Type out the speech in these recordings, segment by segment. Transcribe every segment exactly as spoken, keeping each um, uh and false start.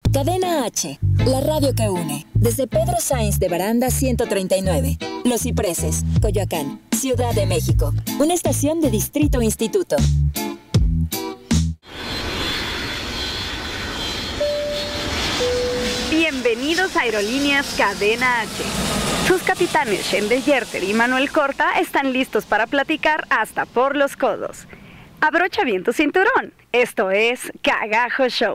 Cadena H, la radio que une. Desde Pedro Sainz de Baranda ciento treinta y nueve, Los Cipreses, Coyoacán, Ciudad de México. Una estación de Distrito Instituto. Bienvenidos a Aerolíneas Cadena H. Sus capitanes Shendel Yerter y Manuel Corta están listos para platicar hasta por los codos. Abrocha bien tu cinturón. Esto es Cagajo Show.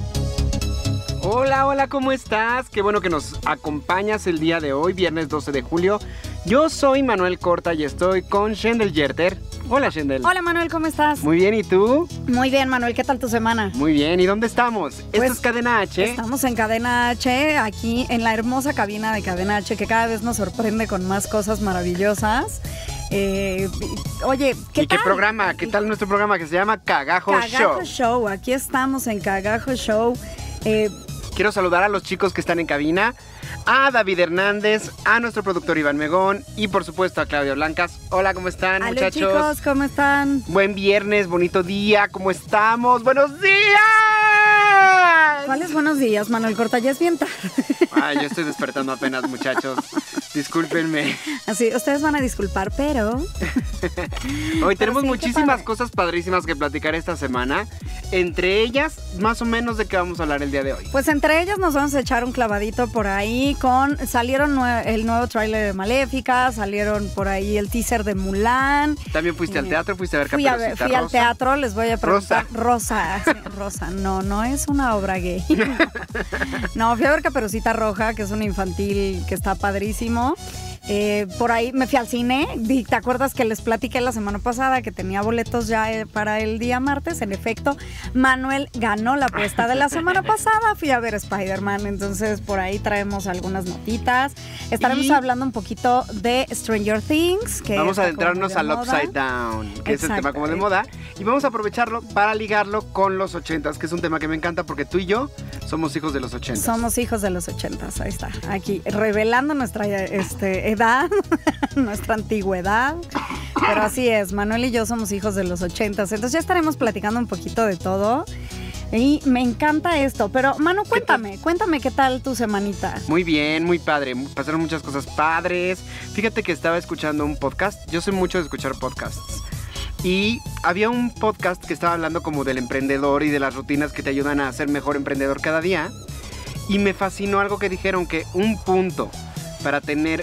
Hola, hola, ¿cómo estás? Qué bueno que nos acompañas el día de hoy, viernes doce de julio. Yo soy Manuel Corta y estoy con Shendel Yerter. Hola, Shendel. Hola, Manuel, ¿cómo estás? Muy bien, ¿y tú? Muy bien, Manuel, ¿qué tal tu semana? Muy bien, ¿y dónde estamos? Pues, Esto es Cadena H. Estamos en Cadena H, aquí en la hermosa cabina de Cadena H, que cada vez nos sorprende con más cosas maravillosas. Eh, oye, ¿qué ¿Y tal? qué programa? ¿Qué tal nuestro programa que se llama Cagajo, Cagajo Show? Cagajo Show, aquí estamos en Cagajo Show. Eh, Quiero saludar a los chicos que están en cabina, a David Hernández, a nuestro productor Iván Megón y por supuesto a Claudia Blancas. Hola, ¿cómo están, Hola, muchachos? chicos, ¿cómo están? Buen viernes, bonito día, ¿cómo estamos? ¡Buenos días! ¿Cuáles buenos días, Manuel Corta? Ya es bien tarde. Ay, yo estoy despertando apenas, muchachos. Discúlpenme. Así, ustedes van a disculpar, pero... Hoy tenemos sí, muchísimas cosas padrísimas que platicar esta semana. Entre ellas, más o menos, ¿de qué vamos a hablar el día de hoy? Pues entre ellas nos vamos a echar un clavadito por ahí con... Salieron nue- el nuevo tráiler de Maléfica, salieron por ahí el teaser de Mulan. ¿También fuiste al teatro? ¿Fuiste a ver Fui, a ver, Caperucita fui al Rosa? teatro, les voy a preguntar. Rosa. Rosa, sí, Rosa, no, no es una obra gay. No, fui a ver Caperucita Roja, que es un infantil que está padrísimo. Eh, por ahí me fui al cine. ¿Te acuerdas que les platiqué la semana pasada que tenía boletos ya eh, para el día martes? En efecto, Manuel ganó la apuesta de la semana pasada. Fui a ver Spider-Man, entonces por ahí traemos algunas notitas. Estaremos y hablando un poquito de Stranger Things. Que vamos a está adentrarnos como de al moda. Upside Down, que es el tema como de Exacto. moda. Y vamos a aprovecharlo para ligarlo con los ochentas, que es un tema que me encanta porque tú y yo somos hijos de los ochentas. Somos hijos de los ochentas, ahí está. Aquí, revelando nuestra este, edad, nuestra antigüedad. Pero así es, Manuel y yo somos hijos de los ochentas. Entonces ya estaremos platicando un poquito de todo. Y me encanta esto. Pero, Manu, cuéntame, cuéntame qué tal tu semanita. Muy bien, muy padre. Pasaron muchas cosas padres. Fíjate que estaba escuchando un podcast. Yo soy mucho de escuchar podcasts. Y había un podcast que estaba hablando como del emprendedor y de las rutinas que te ayudan a ser mejor emprendedor cada día. Y me fascinó algo que dijeron, que un punto para tener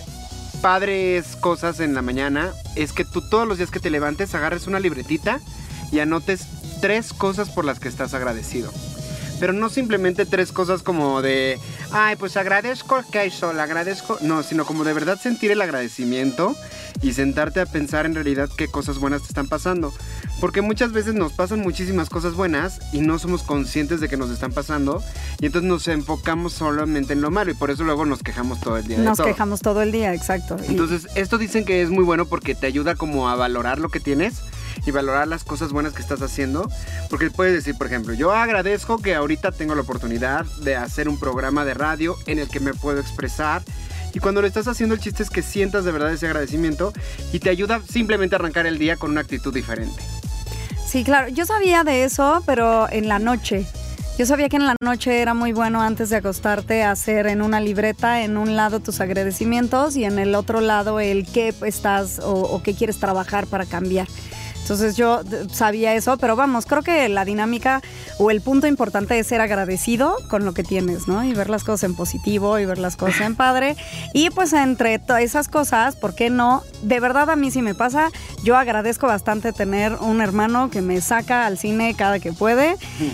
padres cosas en la mañana es que tú todos los días que te levantes agarres una libretita y anotes tres cosas por las que estás agradecido. Pero no simplemente tres cosas como de, ay, pues agradezco que hay sol, agradezco... No, sino como de verdad sentir el agradecimiento y sentarte a pensar en realidad qué cosas buenas te están pasando. Porque muchas veces nos pasan muchísimas cosas buenas y no somos conscientes de que nos están pasando y entonces nos enfocamos solamente en lo malo y por eso luego nos quejamos todo el día de Nos todo. quejamos todo el día, exacto. Y Entonces, esto dicen que es muy bueno porque te ayuda como a valorar lo que tienes y valorar las cosas buenas que estás haciendo. Porque puedes decir, por ejemplo, yo agradezco que ahorita tengo la oportunidad de hacer un programa de radio en el que me puedo expresar. Y cuando lo estás haciendo, el chiste es que sientas de verdad ese agradecimiento y te ayuda simplemente a arrancar el día con una actitud diferente. Sí, claro, yo sabía de eso, pero en la noche. Yo sabía que en la noche era muy bueno antes de acostarte hacer en una libreta, en un lado tus agradecimientos y en el otro lado el qué estás o, o qué quieres trabajar para cambiar. Entonces yo sabía eso, pero vamos, creo que la dinámica o el punto importante es ser agradecido con lo que tienes, ¿no? Y ver las cosas en positivo y ver las cosas en padre. Y pues entre todas esas cosas, ¿por qué no? De verdad a mí sí me pasa. Yo agradezco bastante tener un hermano que me saca al cine cada que puede.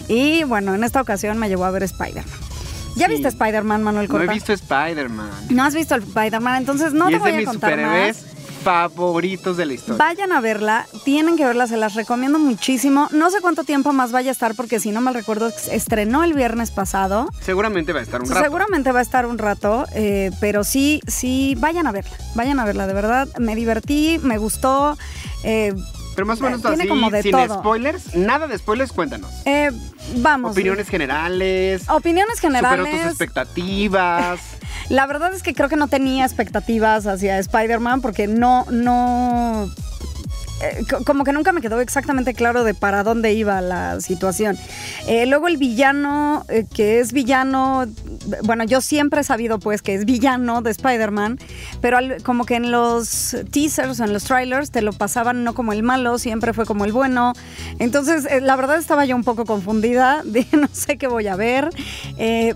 Y bueno, en esta ocasión me llevó a ver Spider-Man. ¿Ya Sí. viste Spider-Man, Manuel Corta? No he visto Spider-Man. ¿No has visto el Spider-Man? Entonces no y te es voy de a mis contar superhéroes más. favoritos de la historia. Vayan a verla, tienen que verla, se las recomiendo muchísimo. No sé cuánto tiempo más vaya a estar porque si no mal recuerdo estrenó el viernes pasado. Seguramente va a estar un rato. Seguramente va a estar un rato, eh, pero sí, sí, vayan a verla, vayan a verla, de verdad. Me divertí, me gustó. Eh, Pero más o menos tiene así, como de sin todo. spoilers, nada de spoilers, cuéntanos. eh, vamos. Opiniones generales. Opiniones generales. Superó tus expectativas. La verdad es que creo que no tenía expectativas hacia Spider-Man porque no, no... eh, como que nunca me quedó exactamente claro de para dónde iba la situación. Eh, luego el villano, eh, que es villano, bueno, yo siempre he sabido pues que es villano de Spider-Man, pero al, como que en los teasers o en los trailers te lo pasaban no como el malo, siempre fue como el bueno. Entonces, eh, la verdad estaba yo un poco confundida, de no sé qué voy a ver. Eh,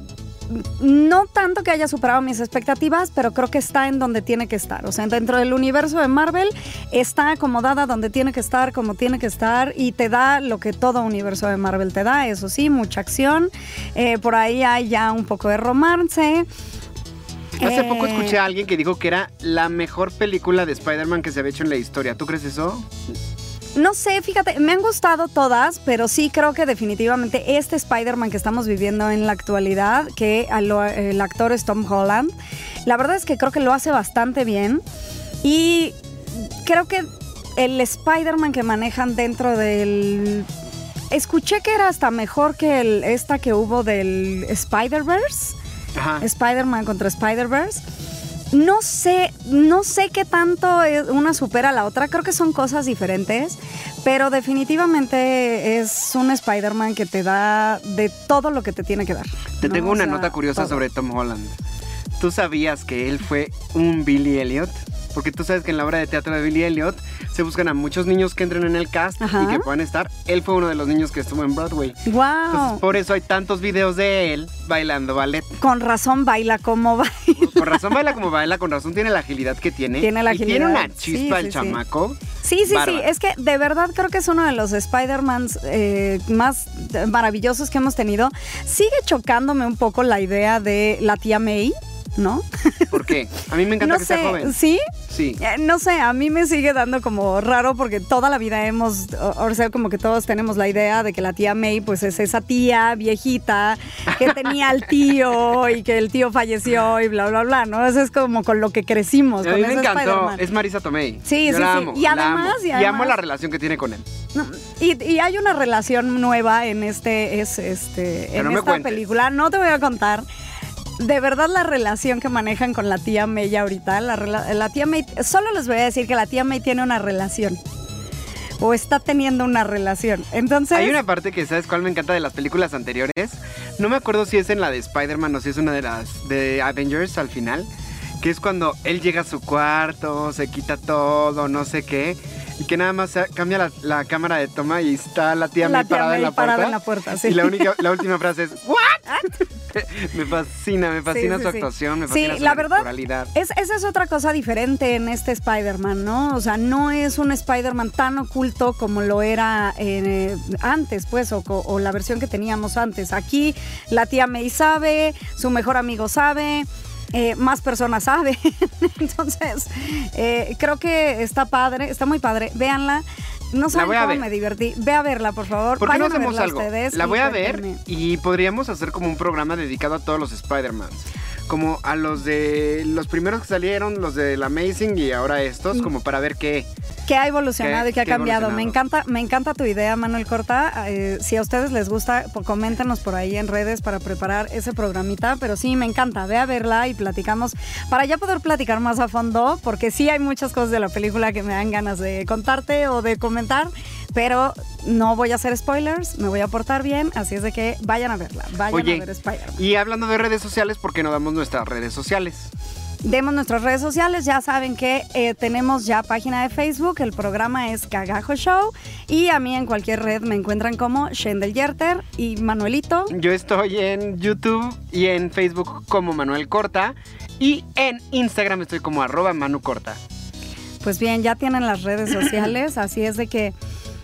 No tanto que haya superado mis expectativas, pero creo que está en donde tiene que estar. O sea, dentro del universo de Marvel está acomodada donde tiene que estar, como tiene que estar, y te da lo que todo universo de Marvel te da. Eso sí, mucha acción. Eh, por ahí hay ya un poco de romance. Hace eh, poco escuché a alguien que dijo que era la mejor película de Spider-Man que se había hecho en la historia. ¿Tú crees eso? No sé, fíjate, me han gustado todas, pero sí creo que definitivamente este Spider-Man que estamos viviendo en la actualidad, que el actor es Tom Holland, la verdad es que creo que lo hace bastante bien y creo que el Spider-Man que manejan dentro del... Escuché que era hasta mejor que el, esta que hubo del Spider-Verse, Ajá. Spider-Man contra Spider-Verse. No sé, no sé qué tanto una supera a la otra, creo que son cosas diferentes, pero definitivamente es un Spider-Man que te da de todo lo que te tiene que dar. Te ¿no? tengo una o sea, nota curiosa todo. sobre Tom Holland. ¿Tú sabías que él fue un Billy Elliot? Porque tú sabes que en la obra de teatro de Billy Elliot se buscan a muchos niños que entren en el cast Ajá. y que puedan estar. Él fue uno de los niños que estuvo en Broadway. ¡Wow! Entonces, por eso hay tantos videos de él bailando ballet. Con razón baila como baila. Con razón baila como baila, con razón tiene la agilidad que tiene. Tiene la agilidad. Y tiene una chispa sí, el sí, chamaco. Sí, sí, Bárbaro. sí. Es que de verdad creo que es uno de los Spider-Mans eh, más maravillosos que hemos tenido. Sigue chocándome un poco la idea de la tía May, ¿no? ¿Por qué? A mí me encanta no que sé, sea joven. ¿Sí? Sí. Eh, no sé, a mí me sigue dando como raro porque toda la vida hemos, o, o sea, como que todos tenemos la idea de que la tía May pues es esa tía viejita que tenía al tío y que el tío falleció y bla, bla, bla, ¿no? Eso es como con lo que crecimos. A con mí me ese encantó. Spider-Man. Es Marisa Tomei. Sí, Yo sí, la sí. amo, Y la además, amo. y Y amo además- la relación que tiene con él. No, y, y hay una relación nueva en este, es, este, Pero en no me esta cuentes. película. No te voy a contar. De verdad la relación que manejan con la tía May ahorita, la, rela- la tía May, solo les voy a decir que la tía May tiene una relación. O está teniendo una relación. Entonces. Hay una parte que, ¿sabes cuál me encanta de las películas anteriores? No me acuerdo si es en la de Spider-Man o si es una de las de Avengers al final. Que es cuando él llega a su cuarto, se quita todo, no sé qué. Y que nada más se- cambia la, la cámara de toma y está la tía La May tía parada, May en la parada puerta. en la puerta, sí. Y la, única, la última frase es ¿what? Me fascina, me fascina Sí, sí, su sí. actuación, me Sí, fascina su la verdad, naturalidad. Es, esa es otra cosa diferente en este Spider-Man, ¿no? O sea, no es un Spider-Man tan oculto como lo era eh, antes, pues, o, o la versión que teníamos antes. Aquí la tía May sabe, su mejor amigo sabe. Eh, más personas saben. Entonces, eh, creo que está padre, está muy padre. Véanla. No saben voy a cómo ver. me divertí. Ve a verla, por favor. ¿Por qué no Vayan a hacemos verla algo? ustedes La y voy a ver cuéntenme. y podríamos hacer como un programa dedicado a todos los Spider-Mans. Como a los de los primeros que salieron, los del Amazing y ahora estos, como para ver qué. Que ha evolucionado ¿Qué- y que ha qué ha cambiado. Me evolucionado? encanta, me encanta tu idea, Manuel Corta. Eh, si a ustedes les gusta, pues, coméntenos por ahí en redes para preparar ese programita. Pero sí, me encanta. Ve a verla y platicamos para ya poder platicar más a fondo, porque sí hay muchas cosas de la película que me dan ganas de contarte o de comentar. Pero no voy a hacer spoilers, me voy a portar bien, así es de que vayan a verla, vayan Oye, a ver Spider-Man. y hablando de redes sociales, ¿por qué no damos nuestras redes sociales? Demos nuestras redes sociales, ya saben que eh, tenemos ya página de Facebook, el programa es Cagajo Show y a mí en cualquier red me encuentran como Shendel Yerter y Manuelito. Yo estoy en YouTube y en Facebook como Manuel Corta y en Instagram estoy como arroba Manu Corta. Pues bien, ya tienen las redes sociales, así es de que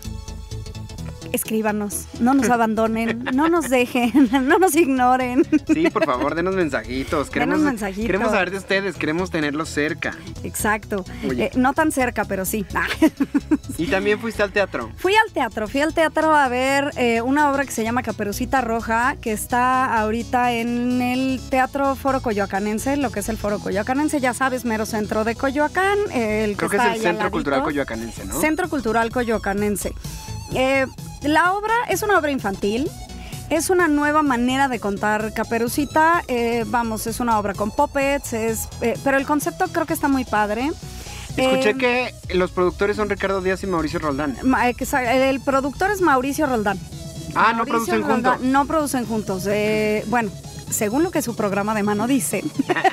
escríbanos, no nos abandonen, no nos dejen, no nos ignoren. Sí, por favor, denos mensajitos. Queremos, Denos mensajitos. queremos saber de ustedes, queremos tenerlos cerca. Exacto, Oye. Eh, no tan cerca, pero sí. Y también fuiste al teatro. Fui al teatro, fui al teatro a ver eh, una obra que se llama Caperucita Roja, que está ahorita en el Teatro Foro Coyoacanense, lo que es el Foro Coyoacanense, ya sabes, mero centro de Coyoacán. eh, el Creo que que está es el ahí al Centro Cultural ladito. Coyoacanense, ¿no? Centro Cultural Coyoacanense. Eh, la obra es una obra infantil. Es una nueva manera de contar Caperucita. Eh, vamos, es una obra con puppets, es, eh, pero el concepto creo que está muy padre. Escuché Eh, que los productores son Ricardo Díaz y Mauricio Roldán. Ma- eh, que sa- El productor es Mauricio Roldán. Ah, no Mauricio producen Roldán, juntos. No producen juntos. Eh, bueno, según lo que su programa de mano dice.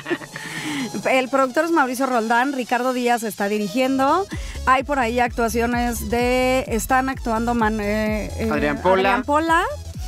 El productor es Mauricio Roldán, Ricardo Díaz está dirigiendo. Hay por ahí actuaciones de... Están actuando Man- eh, eh, Adrián Pola. Adrián Pola,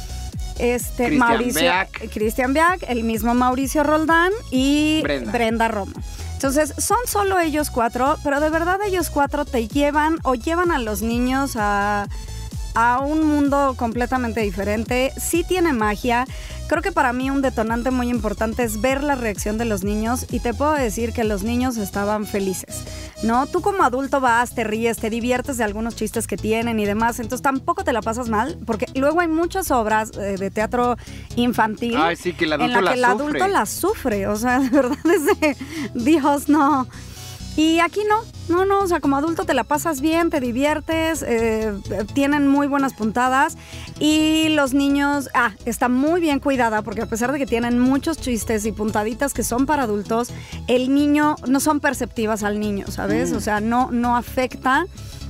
este, Cristian Mauricio, Beac. Cristian Beac, el mismo Mauricio Roldán y Brenda. Brenda Romo. Entonces, son solo ellos cuatro, pero de verdad ellos cuatro te llevan o llevan a los niños a, a un mundo completamente diferente. Sí tiene magia. Creo que para mí un detonante muy importante es ver la reacción de los niños y te puedo decir que los niños estaban felices, ¿no? Tú como adulto vas, te ríes, te diviertes de algunos chistes que tienen y demás, entonces tampoco te la pasas mal, porque luego hay muchas obras eh, de teatro infantil Ay, sí, que el adulto en la que la el sufre. adulto la sufre, o sea, de verdad es de Dios, no. Y aquí no, no, no, o sea, como adulto te la pasas bien, te diviertes, eh, tienen muy buenas puntadas y los niños, ah, está muy bien cuidada porque a pesar de que tienen muchos chistes y puntaditas que son para adultos, el niño, no son perceptivas al niño, ¿sabes? Mm. O sea, no, no afecta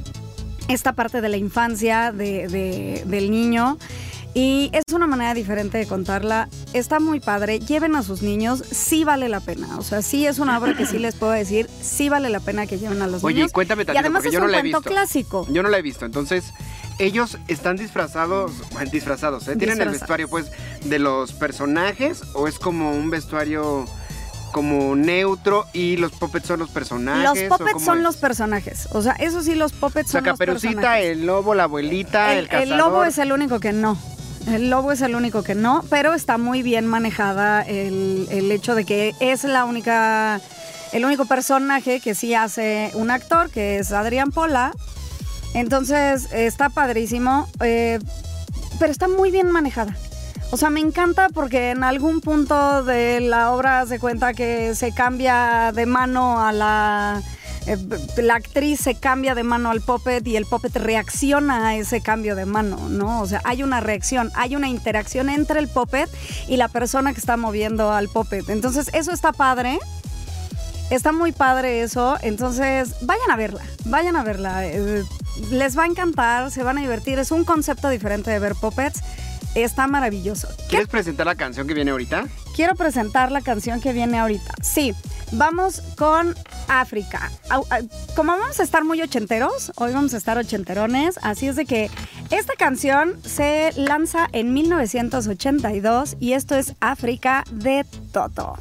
esta parte de la infancia de, de- del niño. Y es una manera diferente de contarla. Está muy padre. Lleven a sus niños. Sí vale la pena. O sea, sí es una obra que sí les puedo decir. Sí vale la pena que lleven a los Oye, niños. cuéntame Y tantito, además porque es yo un no la he cuento visto. clásico. Yo no la he visto, entonces ellos están disfrazados, bueno, disfrazados, ¿eh? ¿Tienen el Disfrazados. vestuario pues de los personajes o es como un vestuario como neutro y los puppets son los personajes? Los o puppets cómo son es? los personajes. O sea, eso sí, los puppets O sea, son los Caperucita, personajes. el lobo, la abuelita, el, El, cazador. el lobo es el único que no. El lobo es el único que no, pero está muy bien manejada el, el hecho de que es la única, el único personaje que sí hace un actor, que es Adrián Pola. Entonces está padrísimo, eh, pero está muy bien manejada. O sea, me encanta porque en algún punto de la obra se cuenta que se cambia de mano a la... eh, la actriz se cambia de mano al puppet y el puppet reacciona a ese cambio de mano, ¿no? O sea, hay una reacción, hay una interacción entre el puppet y la persona que está moviendo al puppet. Entonces, eso está padre. Está muy padre eso, entonces vayan a verla, vayan a verla. Eh, les va a encantar, se van a divertir. Es un concepto diferente de ver puppets. Está maravilloso. ¿Qué? ¿Quieres presentar la canción que viene ahorita? Quiero presentar la canción que viene ahorita. Sí, vamos con África. Au- au- Como vamos a estar muy ochenteros, hoy vamos a estar ochenterones, así es de que esta canción se lanza en mil novecientos ochenta y dos y esto es África de Toto.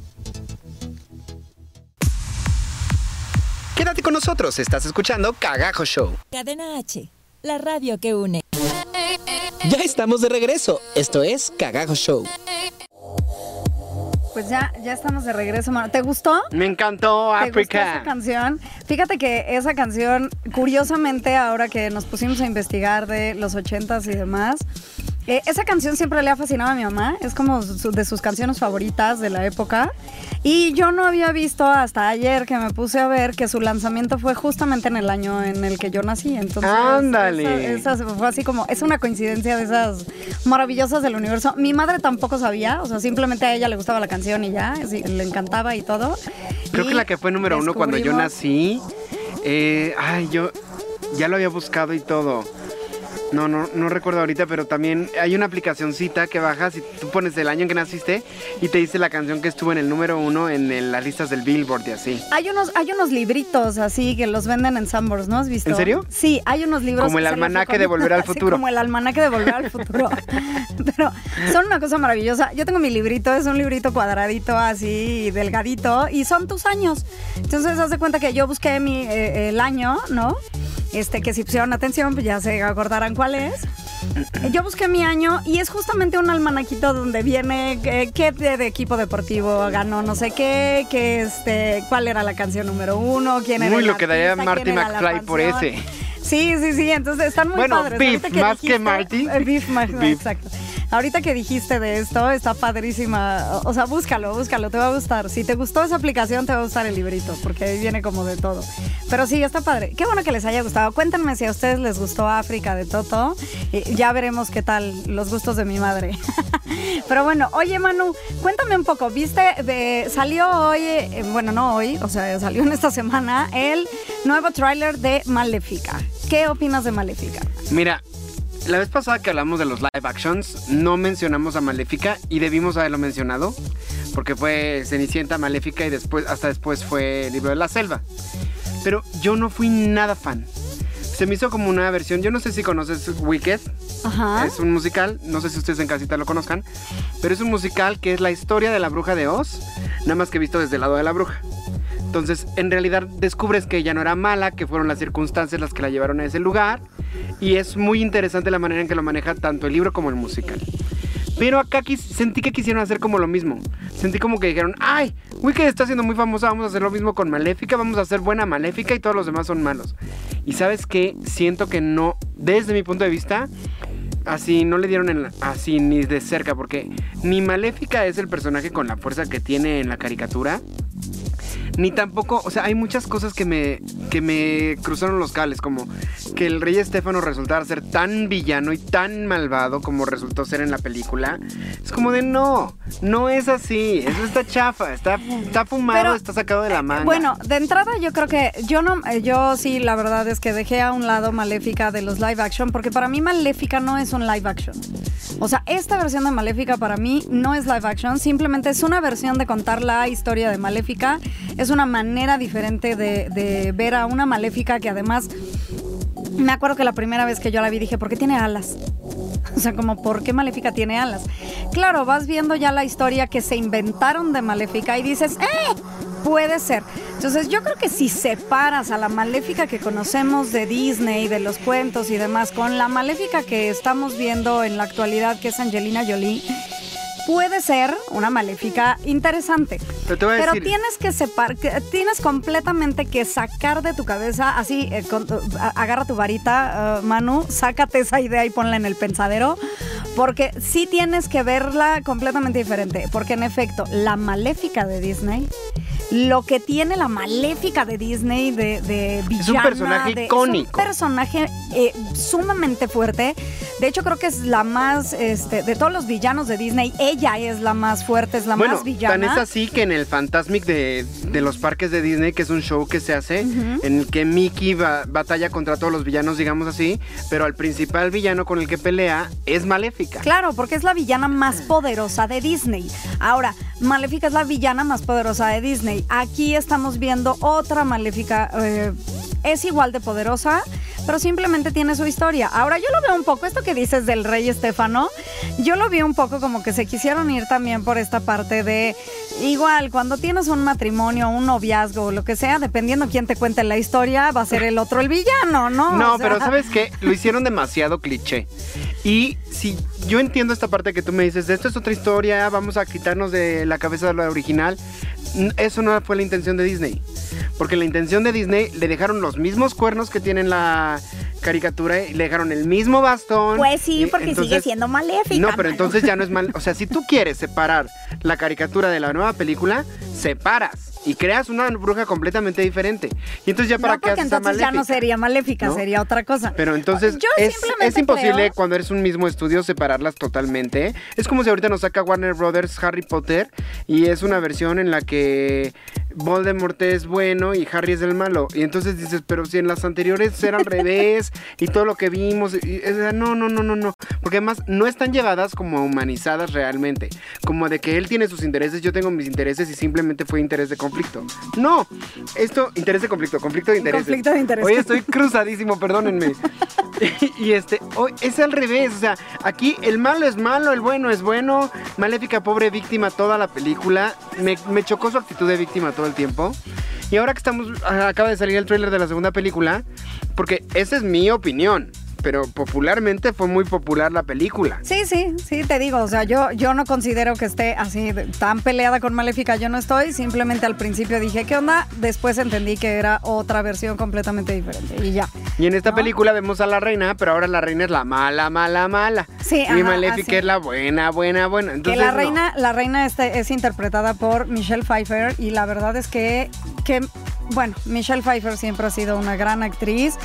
Quédate con nosotros, estás escuchando Cagajo Show. Cadena H, la radio que une. Ya estamos de regreso, esto es Cagajo Show. Pues ya, ya estamos de regreso, mano. ¿Te gustó? Me encantó ¿Te gustó esa África. canción? Fíjate que esa canción, curiosamente, ahora que nos pusimos a investigar de los ochentas y demás, eh, esa canción siempre le ha fascinado a mi mamá. Es como su- de sus canciones favoritas de la época. Y yo no había visto hasta ayer que me puse a ver que su lanzamiento fue justamente en el año en el que yo nací. Entonces, ¡Ándale! Esa, esa fue así como, es una coincidencia de esas maravillosas del universo. Mi madre tampoco sabía, o sea, simplemente a ella le gustaba la canción y ya, sí, le encantaba y todo. Creo Y que la que fue número uno cuando yo descubrimos- nací. eh, ay, yo ya lo había buscado y todo. No, no, no recuerdo ahorita, pero también hay una aplicacioncita que bajas y tú pones el año en que naciste y te dice la canción que estuvo en el número uno en el- las listas del Billboard y así. Hay unos, hay unos libritos así que los venden en Sanborns, ¿no has visto? ¿En serio? Sí, hay unos libros. Como el que se los almanaque de Volver al recomiendo, así Futuro. Como el almanaque de Volver al Futuro. Pero son una cosa maravillosa. Yo tengo mi librito, es un librito cuadradito así, delgadito, y son tus años. Entonces, haz de cuenta que yo busqué mi, eh, el año, ¿no? Este, que si pusieron atención, pues ya se acordarán cuál es. Yo busqué mi año y es justamente un almanaquito donde viene eh, qué de, de equipo deportivo ganó no sé qué, que este, cuál era la canción número uno, quién era Uy, el lo que daría artista, Marty quién era la McFly por canción. ese. Sí, sí, sí, entonces están muy Bueno, padres. Beef, Ahorita más que dijiste- Marty. eh, Beef, más, Beef. exacto. ahorita que dijiste de esto, está padrísima. O sea, búscalo, búscalo, te va a gustar. Si te gustó esa aplicación, te va a gustar el librito, porque ahí viene como de todo. Pero sí, está padre. Qué bueno que les haya gustado. Cuéntenme si a ustedes les gustó África de Toto. Y ya veremos qué tal los gustos de mi madre. Pero bueno, oye, Manu, cuéntame un poco. ¿Viste? De, salió hoy, eh, bueno, no hoy, o sea, salió en esta semana el nuevo tráiler de Maléfica. ¿Qué opinas de Maléfica? Mira, la vez pasada que hablamos de los live actions, no mencionamos a Maléfica y debimos haberlo mencionado, porque fue Cenicienta, Maléfica y después, hasta después fue Libro de la Selva. Pero yo no fui nada fan. Se me hizo como una versión, yo no sé si conoces Wicked. Ajá. Es un musical, no sé si ustedes en casita lo conozcan, pero es un musical que es la historia de la bruja de Oz, nada más que visto desde el lado de la bruja. Entonces, en realidad descubres que ella no era mala, que fueron las circunstancias las que la llevaron a ese lugar, y es muy interesante la manera en que lo maneja tanto el libro como el musical. Pero acá quis, sentí que quisieron hacer como lo mismo. Sentí como que dijeron, ay, Wicked está siendo muy famosa, vamos a hacer lo mismo con Maléfica, vamos a hacer buena Maléfica y todos los demás son malos. Y ¿sabes qué? Siento que no, desde mi punto de vista, así no le dieron en la, así ni de cerca, porque ni Maléfica es el personaje con la fuerza que tiene en la caricatura, ni tampoco, o sea, hay muchas cosas que me, que me cruzaron los cables, como que el rey Estéfano resultara ser tan villano y tan malvado como resultó ser en la película. Es como de no, no es así, eso está chafa, está, está fumado, pero, está sacado de la manga. Bueno, de entrada yo creo que yo no, yo sí, la verdad es que dejé a un lado Maléfica de los live action, porque para mí Maléfica no es un live action. O sea, esta versión de Maléfica para mí no es live action, simplemente es una versión de contar la historia de Maléfica. Es una manera diferente de, de ver a una Maléfica que además, me acuerdo que la primera vez que yo la vi dije, ¿por qué tiene alas? O sea, como, ¿por qué Maléfica tiene alas? Claro, vas viendo ya la historia que se inventaron de Maléfica y dices, ¡eh! Puede ser. Entonces yo creo que si separas a la Maléfica que conocemos de Disney, de los cuentos y demás, con la Maléfica que estamos viendo en la actualidad, que es Angelina Jolie, puede ser una Maléfica interesante. Pero, te voy a Pero decir... tienes que separar, tienes completamente que sacar de tu cabeza, así, eh, con, a, agarra tu varita, uh, Manu, sácate esa idea y ponla en el pensadero, porque sí tienes que verla completamente diferente, porque en efecto, la Maléfica de Disney, lo que tiene la Maléfica de Disney de, de villana, es un personaje de, icónico. Es un personaje eh, sumamente fuerte. De hecho, creo que es la más, este, de todos los villanos de Disney, ella es la más fuerte, es la bueno, más villana. Tan es así que en el Fantasmic de, de los parques de Disney, que es un show que se hace, uh-huh. en el que Mickey va, batalla contra todos los villanos, digamos así, pero al principal villano con el que pelea es Maléfica. Claro, porque es la villana más poderosa de Disney. Ahora, Maléfica es la villana más poderosa de Disney. Aquí estamos viendo otra Maléfica, eh, es igual de poderosa, pero simplemente tiene su historia. Ahora yo lo veo un poco, esto que dices del rey Estéfano, yo lo vi un poco como que se quisieron ir también por esta parte de, igual, cuando tienes un matrimonio, un noviazgo o lo que sea, dependiendo quién te cuente la historia, va a ser el otro el villano, ¿no? No, o sea, pero ¿sabes qué? Lo hicieron demasiado cliché. Y si yo entiendo esta parte que tú me dices, de esto es otra historia, vamos a quitarnos de la cabeza de la original, eso no fue la intención de Disney. Porque la intención de Disney, le dejaron los mismos cuernos que tienen la caricatura y le dejaron el mismo bastón. Pues sí, porque entonces, sigue siendo Maléfica. No, pero mano. entonces ya no es mal. O sea, si tú quieres separar la caricatura de la nueva película, separas y creas una bruja completamente diferente. Y entonces ya para no, qué haces a entonces Maléfica. ya no sería Maléfica, ¿no? Sería otra cosa. Pero entonces Yo es, es imposible creo... cuando eres un mismo estudio separarlas totalmente. Es como si ahorita nos saca Warner Brothers Harry Potter y es una versión en la que Voldemort es bueno y Harry es el malo. Y entonces dices, pero si en las anteriores era al revés y todo lo que vimos. Y, o sea, no, no, no, no, no. Porque además no están llevadas como humanizadas realmente. Como de que él tiene sus intereses, yo tengo mis intereses y simplemente fue interés de conflicto. No, esto, interés de conflicto, conflicto de intereses. Conflicto de intereses. Hoy estoy cruzadísimo, perdónenme. y, y este, hoy es al revés. O sea, aquí el malo es malo, el bueno es bueno. Maléfica, pobre víctima toda la película. Me, me chocó su actitud de víctima todo el tiempo. Y ahora que estamos, acaba de salir el tráiler de la segunda película, porque esa es mi opinión. pero popularmente fue muy popular la película. Sí, sí, sí, te digo, o sea, yo, yo no considero que esté así de- tan peleada con Maléfica, yo no estoy, simplemente al principio dije, ¿qué onda? Después entendí que era otra versión completamente diferente y ya. Y en esta ¿No? película vemos a la reina, pero ahora la reina es la mala, mala, mala. Sí, y ajá, Maléfica así. es la buena, buena, buena. Que Entonces, la no. reina, la reina este es interpretada por Michelle Pfeiffer y la verdad es que, que, bueno, Michelle Pfeiffer siempre ha sido una gran actriz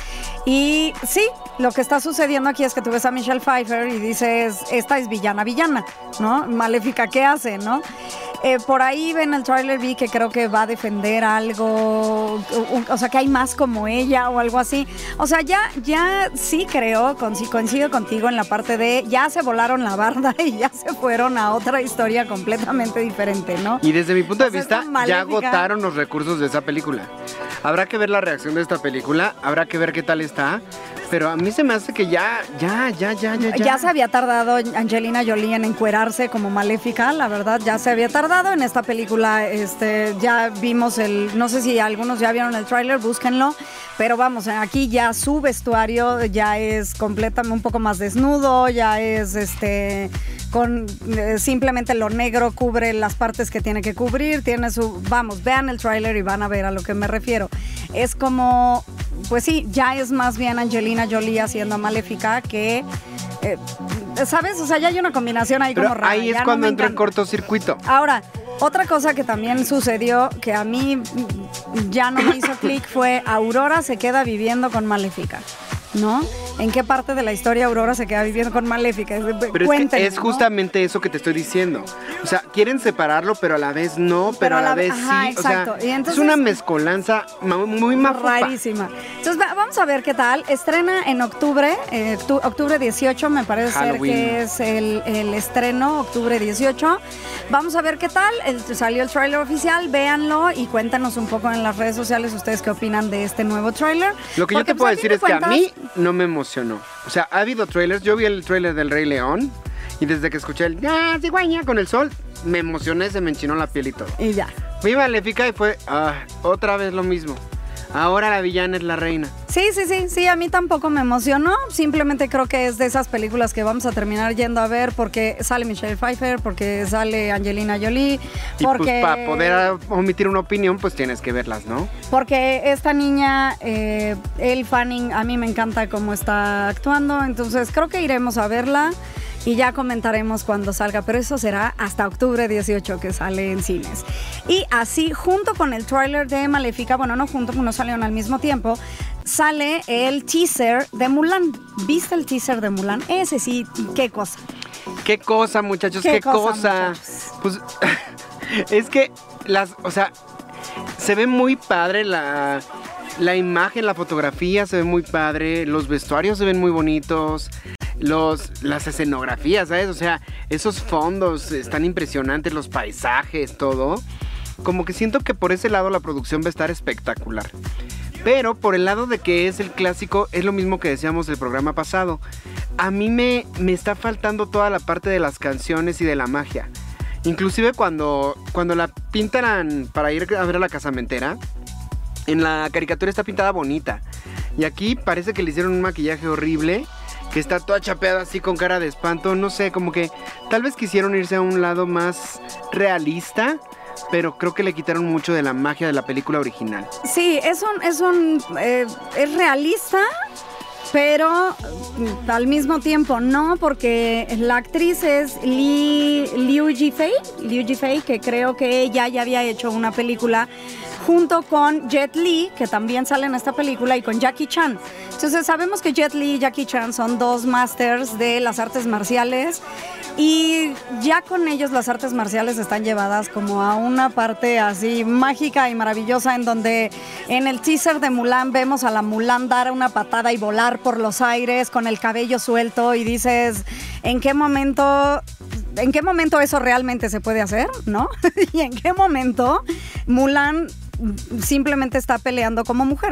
y sí, lo que está sucediendo aquí es que tú ves a Michelle Pfeiffer y dices, esta es villana, villana, ¿no? Maléfica, ¿qué hace, no? Eh, por ahí ven el tráiler, vi que creo que va a defender algo, o, o sea, que hay más como ella o algo así. O sea, ya, ya sí creo, con, sí, coincido contigo en la parte de ya se volaron la barda y ya se fueron a otra historia completamente diferente, ¿no? Y desde mi punto de O sea, vista, esta ya Maléfica- agotaron los recursos de esa película. Habrá que ver la reacción de esta película, habrá que ver qué tal está, pero a mí se me hace que ya, ya, ya, ya, ya, ya. Ya se había tardado Angelina Jolie en encuerarse como Maléfica, la verdad, ya se había tardado en esta película. Este, ya vimos el, no sé si algunos ya vieron el tráiler, búsquenlo, pero vamos, aquí ya su vestuario ya es completamente un poco más desnudo, ya es este con eh, simplemente lo negro cubre las partes que tiene que cubrir, tiene su, vamos, vean el tráiler y van a ver a lo que me refiero. Es como, pues sí, ya es más bien Angelina Jolie haciendo a Maléfica que, eh, ¿sabes? O sea, ya hay una combinación ahí Pero como rara. ahí es ya no cuando me entra en encanta. cortocircuito. Ahora, otra cosa que también sucedió que a mí mm, ya no me hizo clic fue Aurora se queda viviendo con Maléfica, ¿no? ¿En qué parte de la historia Aurora se queda viviendo con Maléfica? Pero Cuéntenme, es que es ¿no? justamente eso que te estoy diciendo. O sea, quieren separarlo, pero a la vez no, pero, a la vez ajá, sí. exacto. O sea, Y entonces- es una mezcolanza ma- muy mafufa. Rarísima. Entonces va- vamos a ver qué tal. Estrena en octubre, eh, octu- octubre dieciocho, me parece Halloween. ser que es el, el estreno, octubre dieciocho. Vamos a ver qué tal. El- salió el tráiler oficial, véanlo y cuéntanos un poco en las redes sociales ustedes qué opinan de este nuevo tráiler. Lo que yo Porque, te puedo pues, decir fin es de que a mí cuentas- no me emocionó. O sea, ha habido trailers. Yo vi el trailer del Rey León y desde que escuché el ¡ah, cigüeña! Con el sol, me emocioné, se me enchinó la piel y todo. Y ya. Vi Maléfica y fue ah, otra vez lo mismo. Ahora la villana es la reina. Sí, sí, sí, sí, a mí tampoco me emocionó, simplemente creo que es de esas películas que vamos a terminar yendo a ver porque sale Michelle Pfeiffer, porque sale Angelina Jolie, Y porque... pues para poder ah, omitir una opinión, pues tienes que verlas, ¿no? Porque esta niña, eh, Elle Fanning, a mí me encanta cómo está actuando, entonces creo que iremos a verla y ya comentaremos cuando salga, pero eso será hasta octubre dieciocho que sale en cines. Y así, junto con el tráiler de Maléfica, bueno, no junto, no salieron al mismo tiempo, sale el teaser de Mulan. ¿Viste el teaser de Mulan? Ese sí, qué cosa. ¿Qué cosa, muchachos? ¿Qué ¿Qué, cosa, cosa? muchachos? Pues es que las, o sea, se ve muy padre la, la imagen, la fotografía se ve muy padre, los vestuarios se ven muy bonitos, los, las escenografías, ¿sabes? O sea, esos fondos están impresionantes, los paisajes, todo. Como que siento que por ese lado la producción va a estar espectacular. Pero por el lado de que es el clásico, es lo mismo que decíamos del programa pasado. A mí me, me está faltando toda la parte de las canciones y de la magia. Inclusive cuando, cuando la pintan para ir a ver a la casamentera, en la caricatura está pintada bonita. Y aquí parece que le hicieron un maquillaje horrible, que está toda chapeada así con cara de espanto. No sé, como que tal vez quisieron irse a un lado más realista, pero creo que le quitaron mucho de la magia de la película original. Sí, es un, es un, eh, es realista, pero mm, al mismo tiempo no, porque la actriz es Lee, Liu Jifei, Liu Jifei, que creo que ella ya había hecho una película junto con Jet Li, que también sale en esta película, y con Jackie Chan. Entonces sabemos que Jet Li y Jackie Chan son dos masters de las artes marciales, y ya con ellos las artes marciales están llevadas como a una parte así mágica y maravillosa, en donde en el teaser de Mulan vemos a la Mulan dar una patada y volar por los aires con el cabello suelto, y dices, ¿en qué momento... ¿En qué momento eso realmente se puede hacer, no? ¿Y en qué momento Mulan simplemente está peleando como mujer,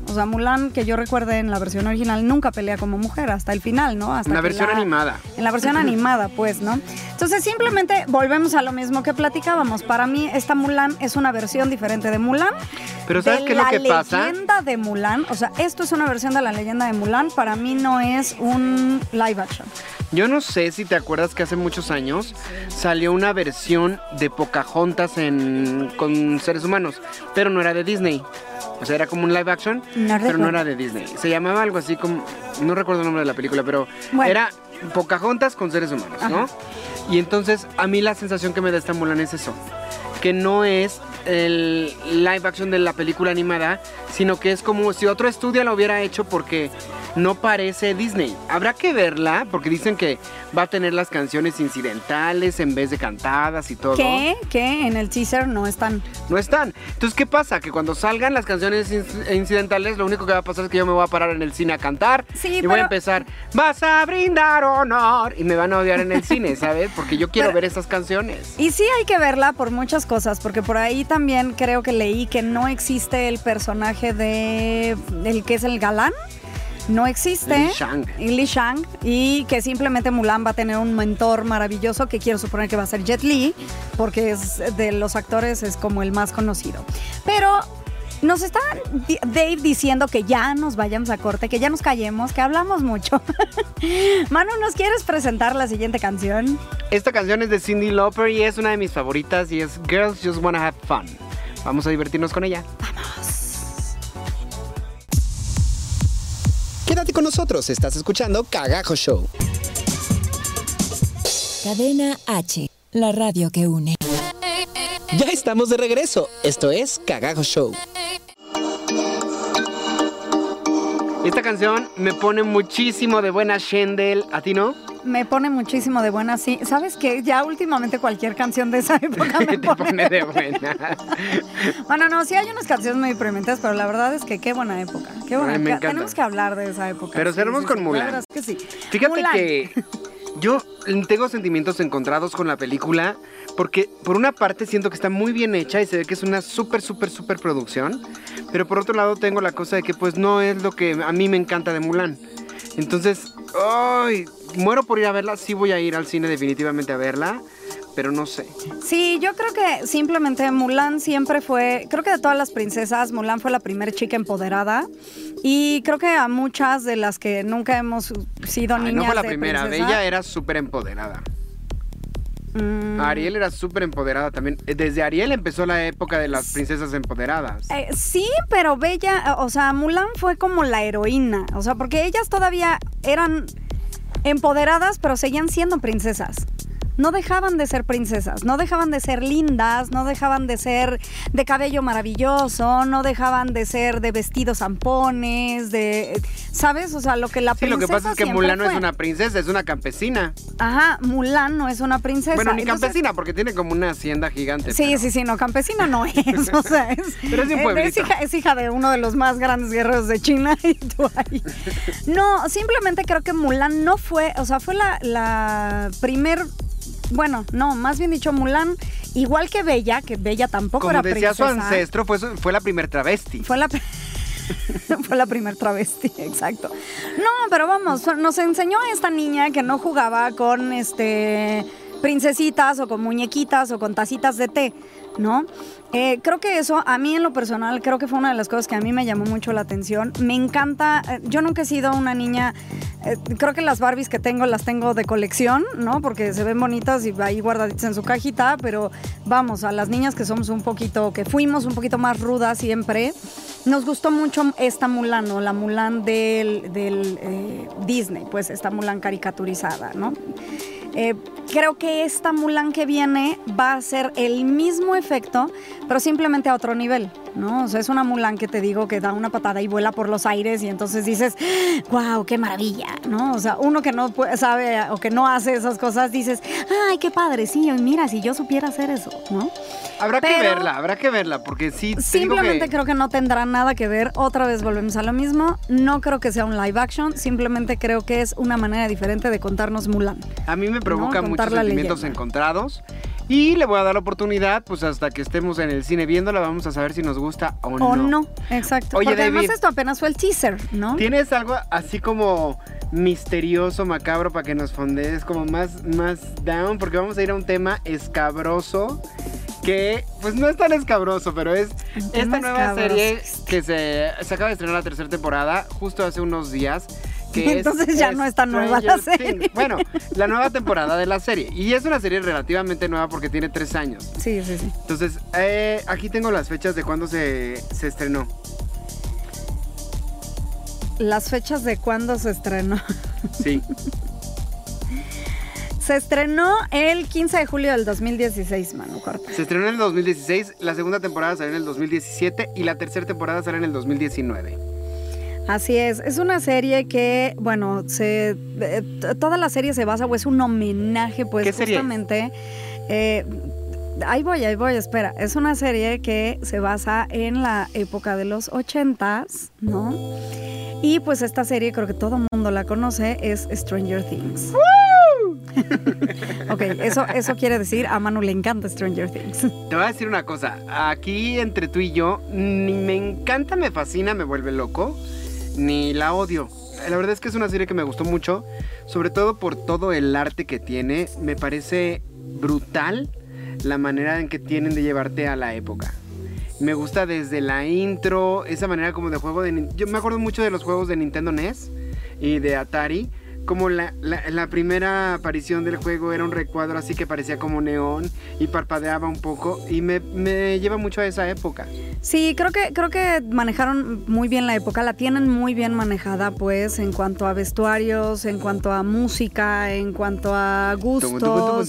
O sea, Mulan, que yo recuerde en la versión original, nunca pelea como mujer hasta el final, ¿no? Hasta en la versión la, animada. En la versión animada, pues, ¿no? Entonces, simplemente volvemos a lo mismo que platicábamos. Para mí, esta Mulan es una versión diferente de Mulan. Pero ¿sabes de qué es lo que pasa? La leyenda de Mulan, o sea, esto es una versión de la leyenda de Mulan. Para mí no es un live action. Yo no sé si te acuerdas que hace muchos años salió una versión de Pocahontas en, con seres humanos, pero no era de Disney. O sea, era como un live action, no pero no era de Disney. Se llamaba algo así como, no recuerdo el nombre de la película, pero bueno, era Pocahontas con seres humanos, ¿no? Ajá. Y entonces a mí la sensación que me da esta Mulan es eso, que no es el live action de la película animada, sino que es como si otro estudio lo hubiera hecho porque no parece Disney. Habrá que verla porque dicen que va a tener las canciones incidentales en vez de cantadas y todo. ¿Qué? Que en el teaser no están. No están. Entonces, ¿qué pasa? Que cuando salgan las canciones incidentales, lo único que va a pasar es que yo me voy a parar en el cine a cantar sí, y pero... voy a empezar, vas a brindar honor, y me van a odiar en el cine, ¿sabes? Porque yo quiero pero... ver esas canciones. Y sí hay que verla por muchas cosas, porque por ahí también creo que leí que no existe el personaje de el que es el galán. No existe. Li Shang. Li Shang. Y que simplemente Mulan va a tener un mentor maravilloso que quiero suponer que va a ser Jet Li, porque es de los actores es como el más conocido. Pero nos está Dave diciendo que ya nos vayamos a corte, que ya nos callemos, que hablamos mucho. Manu, ¿nos quieres presentar la siguiente canción? Esta canción es de Cyndi Lauper y es una de mis favoritas y es Girls Just Wanna Have Fun. Vamos a divertirnos con ella. Vamos. Quédate con nosotros, estás escuchando Cagajo Show. Cadena H, la radio que une. Ya estamos de regreso, esto es Cagajo Show. Esta canción me pone muchísimo de buena Shendel, ¿a ti no? Me pone muchísimo de buena, sí. ¿Sabes qué? Ya últimamente cualquier canción de esa época me Te pone, pone de buena. Bueno, no, sí hay unas canciones muy deprimentes, pero la verdad es que qué buena época. Qué buena Ay, me época. encanta. Tenemos que hablar de esa época. Pero sí, cerramos sí, con sí, Mulan. La verdad es que sí. Fíjate Mulan. que yo tengo sentimientos encontrados con la película porque por una parte siento que está muy bien hecha y se ve que es una súper, súper, súper producción, pero por otro lado tengo la cosa de que pues no es lo que a mí me encanta de Mulan. Entonces, ¡ay! Muero por ir a verla, sí voy a ir al cine definitivamente a verla, pero no sé. Sí, yo creo que simplemente Mulan siempre fue, creo que de todas las princesas, Mulan fue la primera chica empoderada y creo que a muchas de las que nunca hemos sido Ay, niñas no fue la de primera, princesa, Bella era súper empoderada. Mm. Ariel era súper empoderada también. Desde Ariel empezó la época de las princesas empoderadas. Eh, sí, pero Bella, o sea, Mulan fue como la heroína, o sea, porque ellas todavía eran empoderadas, pero seguían siendo princesas. No dejaban de ser princesas, no dejaban de ser lindas, no dejaban de ser de cabello maravilloso, no dejaban de ser de vestidos zampones, de, ¿sabes? O sea, lo que la Sí, princesa lo que pasa es que Mulan no fue. es una princesa, es una campesina. Ajá, Mulan no es una princesa. Bueno, ni Entonces, campesina, porque tiene como una hacienda gigante. Sí, pero... sí, sí, no, campesina no es, o sea, es, pero es de un pueblito. Es hija, es hija de uno de los más grandes guerreros de China y tú ahí. No, simplemente creo que Mulan no fue, o sea, fue la, la primer... Bueno, no, más bien dicho, Mulan, igual que Bella, que Bella tampoco Como era decía princesa. su ancestro, fue, su- fue la primer travesti. Fue la... Fue la primer travesti, exacto. No, pero vamos, nos enseñó esta niña que no jugaba con este princesitas o con muñequitas o con tacitas de té, ¿no? Eh, creo que eso, a mí en lo personal, creo que fue una de las cosas que a mí me llamó mucho la atención. Me encanta, eh, yo nunca he sido una niña, eh, creo que las Barbies que tengo las tengo de colección, ¿no? Porque se ven bonitas y ahí guardaditas en su cajita, pero vamos, a las niñas que somos un poquito, que fuimos un poquito más rudas siempre, nos gustó mucho esta Mulan, ¿no? La Mulan del, del eh, Disney, pues esta Mulan caricaturizada, ¿no? Eh, creo que esta Mulan que viene va a ser el mismo efecto, pero simplemente a otro nivel, ¿no? O sea, es una Mulan que te digo que da una patada y vuela por los aires y entonces dices, wow, qué maravilla, ¿no? O sea, uno que no puede, sabe o que no hace esas cosas dices, ay, qué padre, sí, mira, si yo supiera hacer eso, ¿no? Habrá Pero que verla, habrá que verla, porque sí. te simplemente digo que... creo que no tendrá nada que ver. Otra vez volvemos a lo mismo. No creo que sea un live action. Simplemente creo que es una manera diferente de contarnos Mulan. A mí me provoca No, muchos contar la sentimientos leyenda. encontrados. Y le voy a dar la oportunidad, pues hasta que estemos en el cine viéndola, vamos a saber si nos gusta o no. O no, exacto. Oye, Porque David, además esto apenas fue el teaser, ¿no? ¿Tienes algo así como misterioso, macabro, para que nos fondees como más, más down? Porque vamos a ir a un tema escabroso, que pues no es tan escabroso, pero es esta nueva escabroso. serie que se, se acaba de estrenar la tercera temporada justo hace unos días. Que Entonces es, ya es no es tan nueva la serie. Things. Bueno, la nueva temporada de la serie. Y es una serie relativamente nueva porque tiene tres años. Sí, sí, sí. Entonces, eh, aquí tengo las fechas de cuándo se, se estrenó. Las fechas de cuándo se estrenó. Sí. Se estrenó el quince de julio del dos mil dieciséis, Manu Corta. Se estrenó en el dos mil dieciséis, la segunda temporada salió en el dos mil diecisiete y la tercera temporada salió en el dos mil diecinueve. Así es, es una serie que, bueno, se eh, toda la serie se basa, o es un homenaje, pues, ¿Qué serie? justamente. Eh, ahí voy, ahí voy, espera. Es una serie que se basa en la época de los ochentas, ¿no? Y pues esta serie, creo que todo el mundo la conoce, es Stranger Things. ¡Woo! Ok, eso, eso quiere decir, a Manu le encanta Stranger Things. Te voy a decir una cosa, aquí entre tú y yo, ni me encanta, me fascina, me vuelve loco, ni la odio. La verdad es que es una serie que me gustó mucho, sobre todo por todo el arte que tiene. Me parece brutal la manera en que tienen de llevarte a la época. Me gusta desde la intro, esa manera como de juego de... Yo me acuerdo mucho de los juegos de Nintendo N E S y de Atari. Como la, la, la primera aparición del juego era un recuadro así que parecía como neón y parpadeaba un poco, y me, me lleva mucho a esa época. Sí, creo que, creo que manejaron muy bien la época, la tienen muy bien manejada, pues, en cuanto a vestuarios, en cuanto a música, en cuanto a gustos.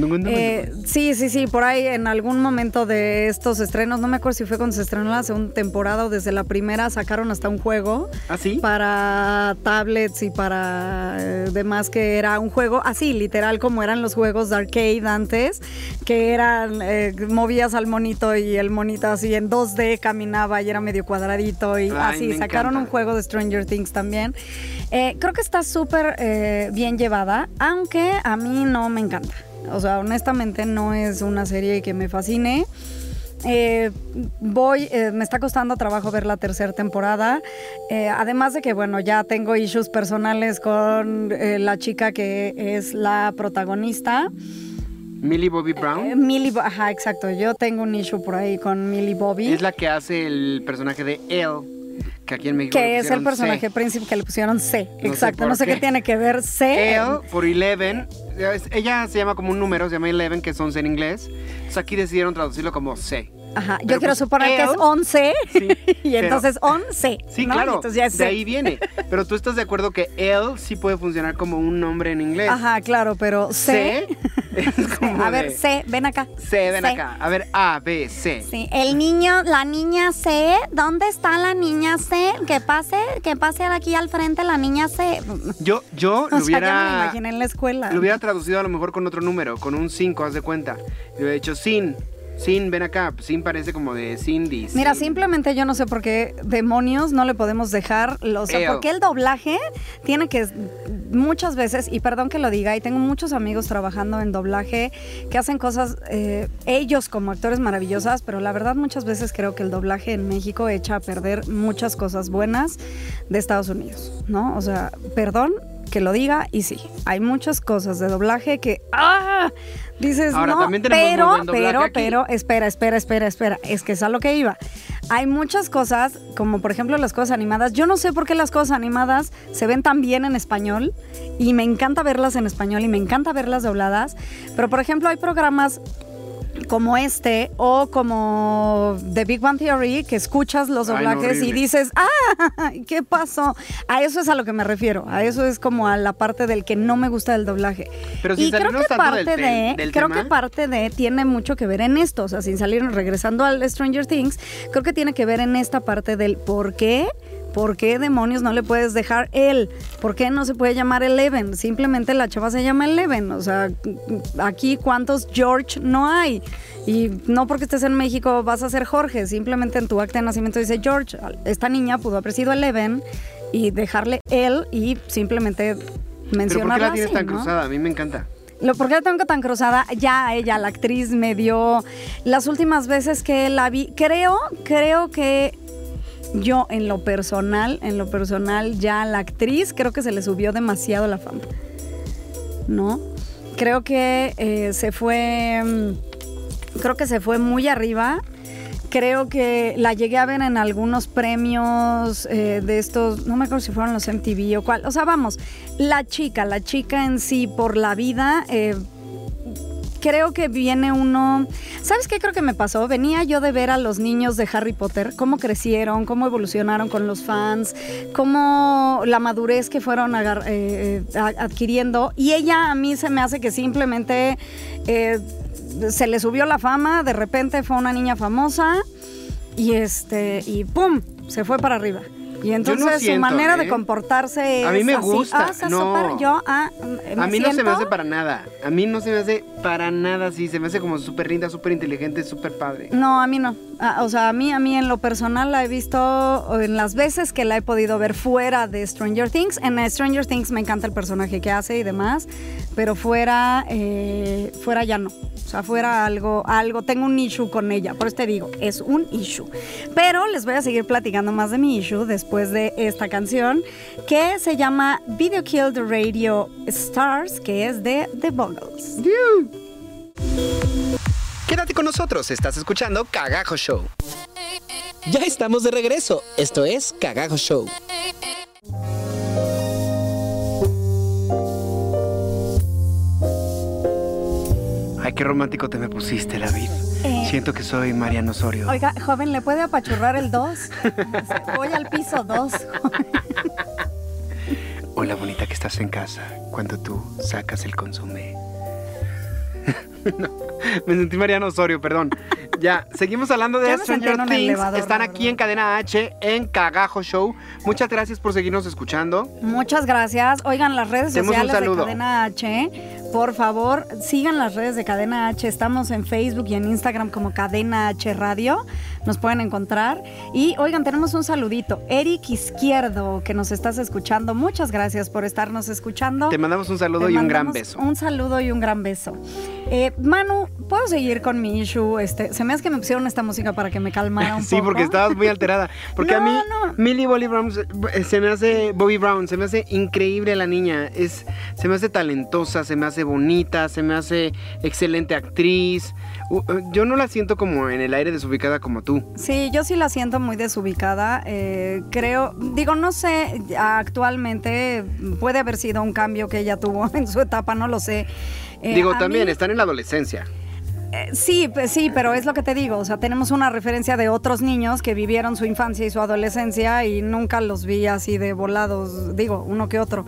Eh, sí, sí, sí, por ahí en algún momento de estos estrenos, no me acuerdo si fue cuando se estrenó la segunda temporada o desde la primera, sacaron hasta un juego. ¿Ah, sí? Para tablets y para... demás, que era un juego así, literal, como eran los juegos de arcade antes, que eran, eh, movías al monito y el monito así en dos D caminaba y era medio cuadradito y Ay, así, me sacaron encanta. un juego de Stranger Things también. Eh, creo que está súper eh, bien llevada, aunque a mí no me encanta. O sea, honestamente no es una serie que me fascine. Eh, voy, eh, me está costando trabajo ver la tercera temporada, eh, además de que, bueno, ya tengo issues personales con eh, la chica que es la protagonista. Millie Bobby Brown. Eh, Millie, ajá, exacto, yo tengo un issue por ahí con Millie Bobby. Es la que hace el personaje de Elle, que aquí en México que le es el pusieron personaje C. principal que le pusieron C, No exacto, sé no sé por qué qué. tiene que ver C. Elle por Eleven. Ella se llama como un número, se llama Eleven, que es once en inglés. Entonces aquí decidieron traducirlo como C. Ajá, yo Pero quiero pues suponer que es Elle, once, sí, y pero- entonces once. Sí, ¿no? claro, Entonces ya es de C. ahí viene. Pero tú estás de acuerdo que Elle sí puede funcionar como un nombre en inglés. Ajá, claro, pero C. C es como A ver, de- C, ven acá. C, ven C. acá. A ver, A, B, C. Sí, el niño, la niña C, ¿dónde está la niña C? Que pase, que pase aquí al frente la niña C. Yo, yo O lo sea, hubiera... ya me lo imaginé en la escuela. Lo hubiera traducido a lo mejor con otro número, con un cinco, haz de cuenta. Le hubiera dicho Sin. Sin, ven acá. Sin parece como de Cindy. Mira, Sin. simplemente yo no sé por qué demonios no le podemos dejar, o sea, Eo. porque el doblaje tiene que muchas veces, y perdón que lo diga, y tengo muchos amigos trabajando en doblaje que hacen cosas, eh, ellos como actores maravillosas, pero la verdad muchas veces creo que el doblaje en México echa a perder muchas cosas buenas de Estados Unidos, ¿no? O sea, perdón que lo diga, y sí, hay muchas cosas de doblaje que ¡ah! Dices, Ahora, no, también tenemos pero, muy buen doblaje pero, aquí. pero, espera, espera, espera, espera, es que es a lo que iba. Hay muchas cosas, como por ejemplo las cosas animadas. Yo no sé por qué las cosas animadas se ven tan bien en español, y me encanta verlas en español y me encanta verlas dobladas, pero por ejemplo hay programas como este o como The Big Bang Theory, que escuchas los Ay, no, doblajes y horrible. dices, ¡ah! ¿Qué pasó? A eso es a lo que me refiero. A eso es como a la parte del que no me gusta del doblaje. Pero sin y creo salirnos que tanto parte del te- de, del creo tema. que parte de tiene mucho que ver en esto. O sea, sin salir, regresando al Stranger Things, creo que tiene que ver en esta parte del por qué. ¿Por qué demonios no le puedes dejar él? ¿Por qué no se puede llamar Eleven? Simplemente la chava se llama Eleven. O sea, aquí cuántos George no hay. Y no porque estés en México vas a ser Jorge. Simplemente en tu acta de nacimiento dice George. Esta niña pudo haber sido Eleven y dejarle él y simplemente Pero ¿por qué mencionarla la tienes así, tan ¿no? cruzada? A mí me encanta. Lo, ¿Por qué la tengo tan cruzada? Ya ella, la actriz, me dio... Las últimas veces que la vi, creo, creo que yo en lo personal, en lo personal, ya la actriz, creo que se le subió demasiado la fama, ¿no? Creo que eh, se fue... Creo que se fue muy arriba. Creo que la llegué a ver en algunos premios eh, de estos, no me acuerdo si fueron los M T V o cuál. O sea, vamos, la chica, la chica en sí por la vida, eh, creo que viene uno... ¿Sabes qué creo que me pasó? Venía yo de ver a los niños de Harry Potter, cómo crecieron, cómo evolucionaron con los fans, cómo la madurez que fueron agar- eh, eh, adquiriendo. Y ella a mí se me hace que simplemente... Eh, se le subió la fama, de repente fue una niña famosa y este y pum, se fue para arriba. Y entonces no siento, su manera ¿eh? de comportarse es a mí me así. gusta. Ah, no. super, yo ah, me a mí siento... no se me hace para nada. A mí no se me hace para nada así. Se me hace como súper linda, súper inteligente, súper padre. No, a mí no. Ah, o sea, a mí, a mí en lo personal la he visto en las veces que la he podido ver fuera de Stranger Things. En Stranger Things me encanta el personaje que hace y demás, pero fuera, eh, fuera ya no. O sea, fuera algo, algo, tengo un issue con ella, por eso te digo, es un issue. Pero les voy a seguir platicando más de mi issue después de esta canción que se llama Video Killed the Radio Stars, que es de The Buggles. Quédate con nosotros, estás escuchando Cagajo Show. Ya estamos de regreso, esto es Cagajo Show. Ay, qué romántico te me pusiste, David. Eh, Siento que soy Mariano Osorio. Oiga, joven, ¿le puede apachurrar el dos? Voy al piso dos. Hola, bonita que estás en casa cuando tú sacas el consomé. No, me sentí Mariano Osorio, perdón. Ya, seguimos hablando de Ya me Stranger sentí en un Things. elevador, Están la aquí en Cadena H, en Cagajo Show. Muchas gracias por seguirnos escuchando. Muchas gracias. Oigan, las redes Tenemos un sociales de saludo. Cadena H, por favor, sigan las redes de Cadena H. Estamos en Facebook y en Instagram como Cadena H Radio. Nos pueden encontrar. Y oigan, tenemos un saludito. Eric Izquierdo, que nos estás escuchando. Muchas gracias por estarnos escuchando. Te mandamos un saludo Te y un gran mandamos beso. Un saludo y un gran beso. Eh, Manu, ¿puedo seguir con mi issue? Este, se me hace que me pusieron esta música para que me calmara un Sí, poco. porque estabas muy alterada. Porque No, a mí, no. Millie Bobby Brown se- se me hace Bobby Brown, se me hace increíble la niña. Es, se me hace talentosa, se me hace bonita, se me hace excelente actriz. Uh, Yo no la siento como en el aire desubicada como tú. Sí, yo sí la siento muy desubicada. Eh, creo, digo, no sé, actualmente puede haber sido un cambio que ella tuvo en su etapa, no lo sé. Eh, Digo, a también mí- están en la adolescencia. Eh, sí, pues sí, pero es lo que te digo, o sea, tenemos una referencia de otros niños que vivieron su infancia y su adolescencia y nunca los vi así de volados, digo, uno que otro.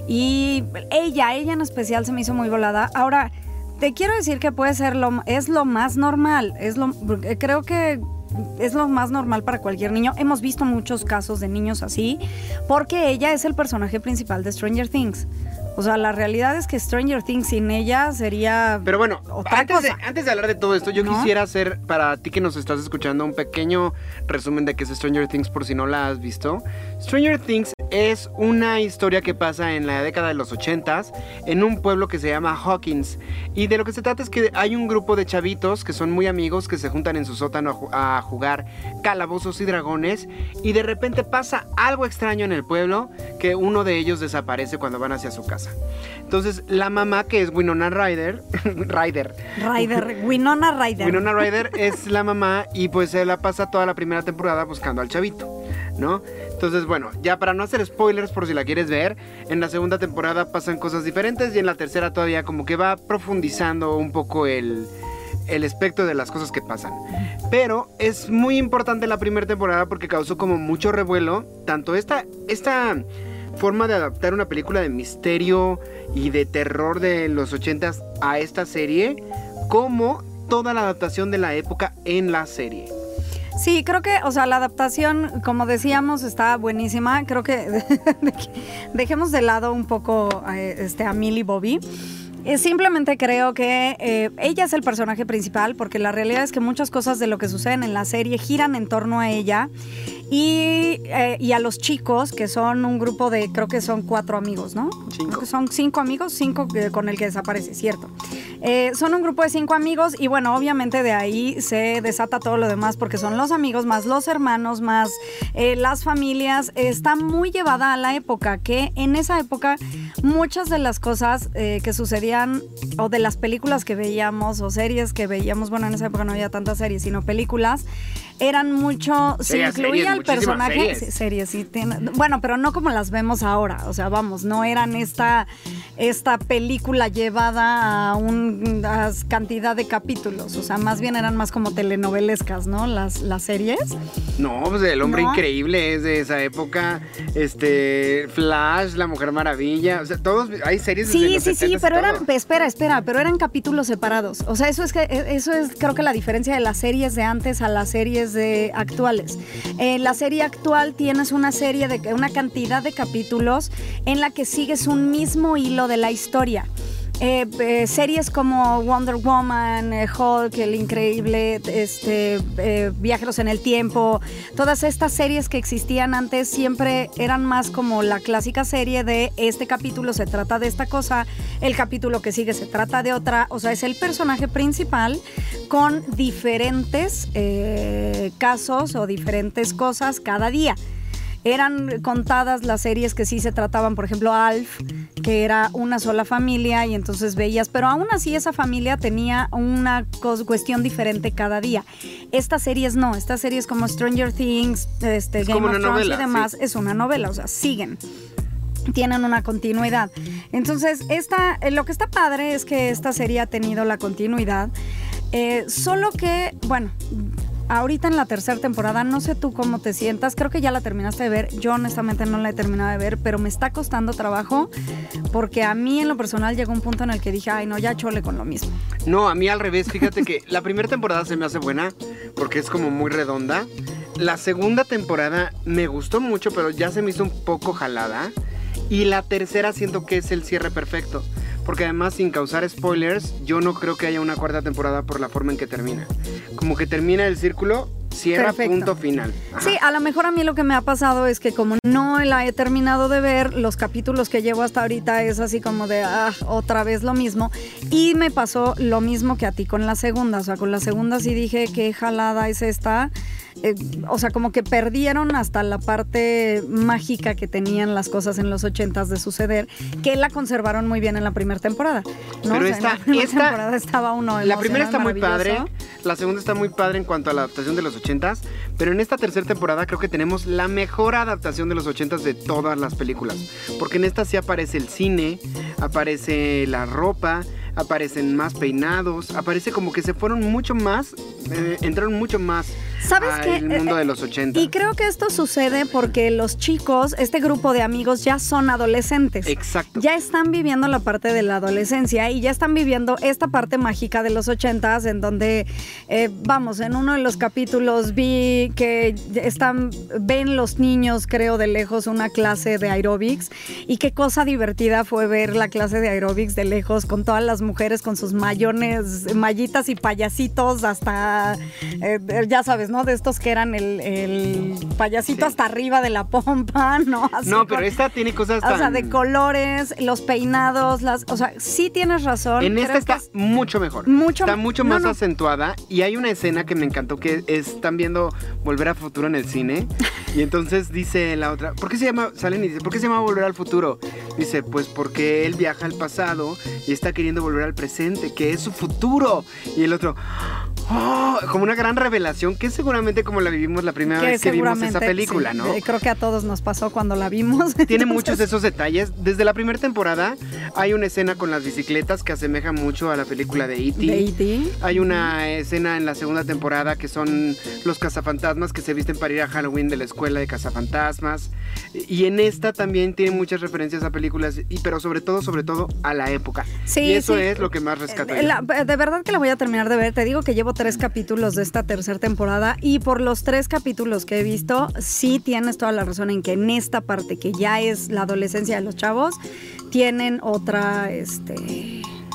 Y ella, ella en especial se me hizo muy volada. Ahora, te quiero decir que puede ser lo, es lo más normal, es lo, creo que es lo más normal para cualquier niño. Hemos visto muchos casos de niños así, porque ella es el personaje principal de Stranger Things. O sea, la realidad es que Stranger Things sin ella sería Pero bueno, otra antes de, cosa. antes de hablar de todo esto, yo ¿No? quisiera hacer para ti que nos estás escuchando un pequeño resumen de qué es Stranger Things por si no la has visto. Stranger Things es una historia que pasa en la década de los ochentas en un pueblo que se llama Hawkins. Y de lo que se trata es que hay un grupo de chavitos que son muy amigos que se juntan en su sótano a, ju- a jugar calabozos y dragones. Y de repente pasa algo extraño en el pueblo que uno de ellos desaparece cuando van hacia su casa. Entonces la mamá, que es Winona Ryder, Ryder, Ryder, Winona Ryder. Winona Ryder es la mamá y pues se la pasa toda la primera temporada buscando al chavito, ¿no? Entonces, bueno, ya para no hacer spoilers por si la quieres ver, en la segunda temporada pasan cosas diferentes y en la tercera todavía como que va profundizando un poco el, el espectro de las cosas que pasan. Pero es muy importante la primera temporada porque causó como mucho revuelo, tanto esta, esta forma de adaptar una película de misterio y de terror de los ochentas a esta serie, como toda la adaptación de la época en la serie. Sí, creo que, o sea, la adaptación, como decíamos, está buenísima. Creo que dejemos de lado un poco eh, este, a Millie Bobby. Eh, simplemente creo que eh, ella es el personaje principal, porque la realidad es que muchas cosas de lo que suceden en la serie giran en torno a ella y, eh, y a los chicos, que son un grupo de, creo que son cuatro amigos, ¿no? Cinco. Creo que son cinco amigos, cinco eh, con el que desaparece, cierto. Eh, son un grupo de cinco amigos y bueno, obviamente de ahí se desata todo lo demás, porque son los amigos más los hermanos más eh, las familias. Está muy llevada a la época, que en esa época muchas de las cosas eh, que sucedían, o de las películas que veíamos o series que veíamos, bueno, en esa época no había tantas series, sino películas, eran mucho, se Series, incluía series, el personaje, series. sí, series, sí, tiene, bueno, pero no como las vemos ahora, o sea, vamos, no eran esta, esta película llevada a una cantidad de capítulos, o sea, más bien eran más como telenovelescas, ¿no? Las, las series. No, pues El Hombre No. Increíble es de esa época, este, Flash, La Mujer Maravilla, o sea, todos, hay series desde Sí, los sí, sí, setentas y pero todo. eran, espera, espera, pero eran capítulos separados. O sea, eso es que eso es creo que la diferencia de las series de antes a las series de actuales. En la serie actual tienes una serie de una cantidad de capítulos en la que sigues un mismo hilo de la historia. Eh, eh, series como Wonder Woman, eh, Hulk, El Increíble, este, eh, Viajeros en el Tiempo, todas estas series que existían antes siempre eran más como la clásica serie de este capítulo se trata de esta cosa, el capítulo que sigue se trata de otra, o sea, es el personaje principal con diferentes eh, casos o diferentes cosas cada día. Eran contadas las series que sí se trataban, por ejemplo, Alf, que era una sola familia y entonces veías, pero aún así esa familia tenía una cuestión diferente cada día. Estas series no, estas series como Stranger Things, este, Es Game como of una Thrones novela, y demás, sí. es una novela, o sea, siguen. Tienen una continuidad. Entonces, esta, eh, lo que está padre es que esta serie ha tenido la continuidad, eh, solo que, bueno, ahorita en la tercera temporada, no sé tú cómo te sientas, creo que ya la terminaste de ver, yo honestamente no la he terminado de ver, pero me está costando trabajo porque a mí en lo personal llegó un punto en el que dije, ay no, ya chole con lo mismo. No, a mí al revés, fíjate que la primera temporada se me hace buena porque es como muy redonda. La segunda temporada me gustó mucho, pero ya se me hizo un poco jalada. Y la tercera siento que es el cierre perfecto. Porque además, sin causar spoilers, yo no creo que haya una cuarta temporada por la forma en que termina. Como que termina el círculo, cierra, Perfecto. punto final. Ajá. Sí, a lo mejor a mí lo que me ha pasado es que como no la he terminado de ver, los capítulos que llevo hasta ahorita es así como de, ah, otra vez lo mismo. Y me pasó lo mismo que a ti con la segunda. O sea, con la segunda sí dije, qué jalada es esta. Eh, o sea, como que perdieron hasta la parte mágica que tenían las cosas en los ochentas de suceder, que la conservaron muy bien en la primera temporada, ¿no? Pero O sea, esta- en la primera esta- temporada estaba uno La primera está muy emocionado, padre, maravilloso. la segunda está muy padre en cuanto a la adaptación de los ochentas, pero en esta tercera temporada creo que tenemos la mejor adaptación de los ochentas de todas las películas, porque en esta sí aparece el cine, aparece la ropa, aparecen más peinados, aparece como que se fueron mucho más, eh, entraron mucho más ¿Sabes al qué? mundo Eh, de los ochentas. Y creo que esto sucede porque los chicos, este grupo de amigos ya son adolescentes. Exacto. Ya están viviendo la parte de la adolescencia y ya están viviendo esta parte mágica de los ochentas en donde, eh, vamos, en uno de los capítulos vi que están, ven los niños, creo, de lejos una clase de aeróbics y qué cosa divertida fue ver la clase de aeróbics de lejos con todas las mujeres con sus mayones, mallitas y payasitos hasta, eh, ya sabes, ¿no? De estos que eran el, el payasito Sí. hasta arriba de la pompa, ¿no? Así No, pero con- esta tiene cosas tan... o sea, de colores, los peinados, las, o sea, sí tienes razón. En creo esta que está es- mucho mejor. mucho está me- mucho no, más no. acentuada. Y hay una escena que me encantó que es, están viendo Volver al Futuro en el cine. Y entonces dice la otra, ¿por qué se llama? Salen y dice, ¿por qué se llama Volver al Futuro? Dice, pues porque él viaja al pasado y está queriendo volver al presente, que es su futuro. Y el otro, oh, como una gran revelación, que es seguramente como la vivimos la primera que vez que vimos seguramente, esa película, sí, ¿no? eh, creo que a todos nos pasó cuando la vimos. Tiene Entonces, muchos de esos detalles. Desde la primera temporada hay una escena con las bicicletas que asemeja mucho a la película de E T de E T Hay una escena en la segunda temporada que son los cazafantasmas que se visten para ir a Halloween de la escuela de cazafantasmas. Y en esta también tiene muchas referencias a películas, y, pero sobre todo, sobre todo a la época. Sí, y eso sí. es lo que más rescato. Eh, la- de verdad que la voy a terminar de ver. Te digo que llevo tres capítulos de esta tercera temporada y por los tres capítulos que he visto, sí tienes toda la razón en que en esta parte que ya es la adolescencia de los chavos, tienen otra, este...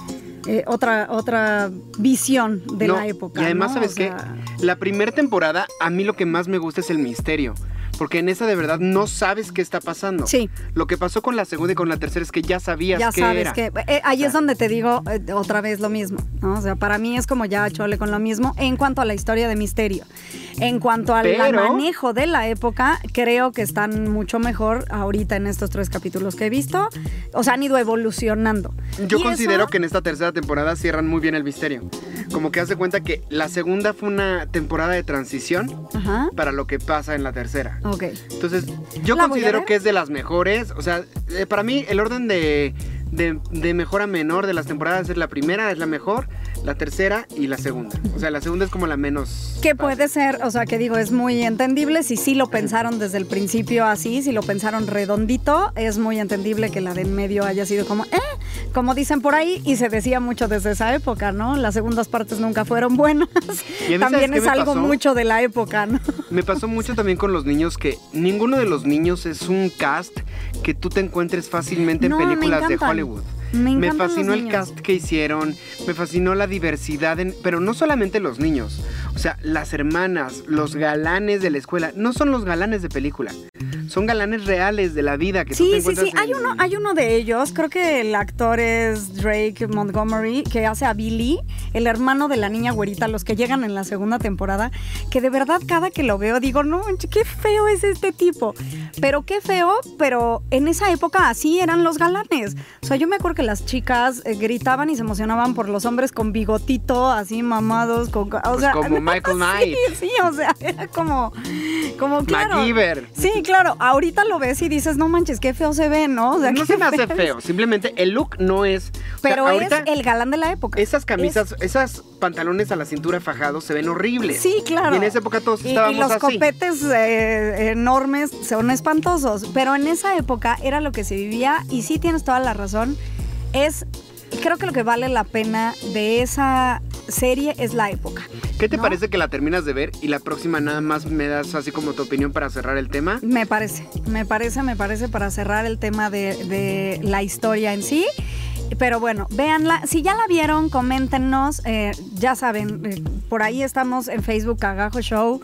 eh, otra, otra visión de No, la época. Y además, ¿no? ¿sabes O qué? sea, La primera temporada, a mí lo que más me gusta es el misterio. Porque en esa de verdad no sabes qué está pasando. Sí. Lo que pasó con la segunda y con la tercera es que ya sabías ya qué sabes era. que eh, ahí O sea, es donde te digo eh, otra vez lo mismo, ¿no? O sea, para mí es como ya chole con lo mismo en cuanto a la historia de misterio. En cuanto al Pero- manejo de la época, creo que están mucho mejor ahorita en estos tres capítulos que he visto. O sea, han ido evolucionando. Yo Y considero eso- que en esta tercera temporada cierran muy bien el misterio. Como que hace cuenta que la segunda fue una temporada de transición Ajá. para lo que pasa en la tercera. Ok. Entonces, yo ¿La voy a considero ver? que es de las mejores. O sea, eh, para mí el orden de, de, de mejor a menor de las temporadas es la primera, es la mejor, la tercera y la segunda. O sea, la segunda es como la menos... Que padre. puede ser, o sea, que digo, es muy entendible si sí lo pensaron desde el principio así, si lo pensaron redondito, es muy entendible que la de en medio haya sido como, eh, como dicen por ahí, y se decía mucho desde esa época, ¿no? Las segundas partes nunca fueron buenas. Y a mí, También ¿sabes qué es me algo pasó? mucho de la época, ¿no? Me pasó mucho también con los niños que ninguno de los niños es un cast que tú te encuentres fácilmente No, en me películas de encantan. Hollywood. Me Me encantan fascinó los el niños. cast que hicieron, me fascinó la diversidad, en- pero no solamente los niños, o sea, las hermanas, los galanes de la escuela, no son los galanes de película, son galanes reales de la vida que tú te Sí, sí, encuentras sí. Hay en- uno, hay uno de ellos, creo que el actor es Drake Montgomery, que hace a Billy, el hermano de la niña güerita, los que llegan en la segunda temporada, que de verdad cada que lo veo digo, no, qué feo es este tipo. Pero qué feo, pero en esa época así eran los galanes. O sea, yo me acuerdo que las chicas eh, gritaban y se emocionaban por los hombres con bigotito, así mamados, con, o Pues sea, como Michael Knight. Sí, sí, o sea, era como, como claro. MacGyver. Sí, claro, ahorita lo ves y dices, no manches, qué feo se ve, ¿no? O sea, No qué se me hace es. feo, simplemente el look no es... o sea, Pero ahorita es el galán de la época. esas camisas, esas pantalones a la cintura fajados se ven horribles. Sí, claro. Y en esa época todos Y- estábamos y los así. copetes eh, enormes son espantosos, pero en esa época era lo que se vivía y sí tienes toda la razón. Es, creo que lo que vale la pena de esa serie es la época. ¿Qué te ¿no? parece que la terminas de ver y la próxima nada más me das así como tu opinión para cerrar el tema? Me parece, me parece, me parece para cerrar el tema de, de la historia en sí. Pero bueno, véanla. Si ya la vieron, coméntenos. Eh, ya saben, eh, por ahí estamos en Facebook, Cagajo Show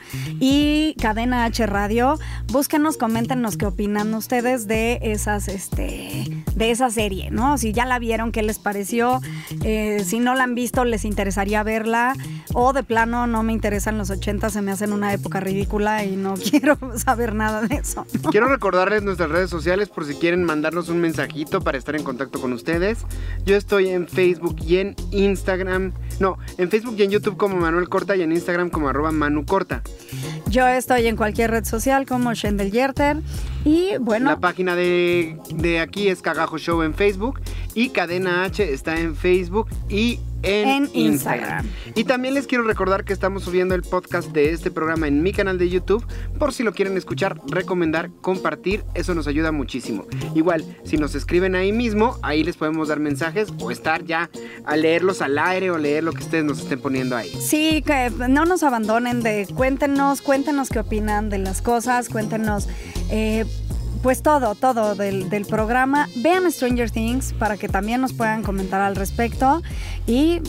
y Cadena H Radio. Búsquenos, coméntenos qué opinan ustedes de esas, este, de esa serie, ¿no? Si ya la vieron, qué les pareció. Eh, si no la han visto, les interesaría verla. O de plano, no me interesan los ochenta, se me hacen una época ridícula y no quiero saber nada de eso, ¿no? Quiero recordarles nuestras redes sociales por si quieren mandarnos un mensajito para estar en contacto con ustedes. Yo estoy en Facebook y en Instagram. No, en Facebook y en YouTube como Manuel Corta y en Instagram como arroba Manu Corta. Yo estoy en cualquier red social como Shendel Yerter. Y bueno, La página de, de aquí es Cagajo Show en Facebook y Cadena H está en Facebook y en, En Instagram. Instagram. Y también les quiero recordar que estamos subiendo el podcast de este programa en mi canal de YouTube por si lo quieren escuchar, recomendar, compartir, eso nos ayuda muchísimo. Igual, si nos escriben ahí mismo, ahí les podemos dar mensajes o estar ya a leerlos al aire o leer lo que ustedes nos estén poniendo ahí. sí, que no nos abandonen, de cuéntenos, cuéntenos qué opinan de las cosas, cuéntenos eh, pues todo, todo del, del programa. Vean Stranger Things para que también nos puedan comentar al respecto. Y,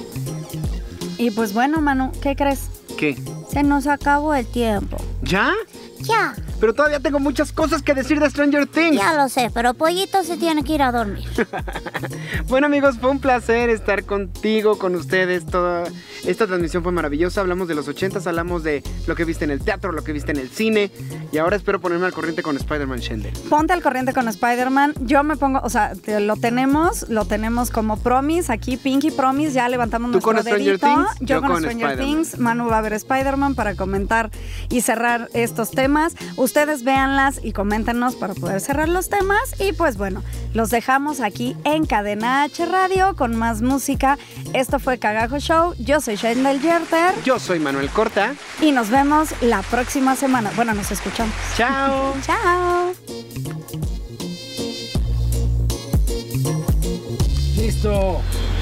y pues bueno, Manu, ¿qué crees? ¿Qué? Se nos acabó el tiempo. ¿Ya? Ya, Pero todavía tengo muchas cosas que decir de Stranger Things. ya lo sé, pero Pollito se tiene que ir a dormir. Bueno, amigos, fue un placer estar contigo, con ustedes. Toda esta transmisión fue maravillosa. Hablamos de los ochentas, hablamos de lo que viste en el teatro, lo que viste en el cine. Y ahora espero ponerme al corriente con Spider-Man Shendel. Ponte al corriente con Spider-Man. Yo me pongo, o sea, te- lo tenemos, lo tenemos como Promise, aquí Pinky Promise, ya levantamos ¿Tú nuestro con Stranger dedito. Things? Yo, Yo con, con Stranger Spider-Man. Things, Manu va a ver Spider-Man para comentar y cerrar estos temas. Ustedes véanlas y coméntenos para poder cerrar los temas. Y pues bueno, los dejamos aquí en Cadena H Radio con más música. Esto fue Cagajo Show. Yo soy Shendel Yerter Yo soy Manuel Corta. y nos vemos la próxima semana. Bueno, nos escuchamos. Chao. Chao. Listo.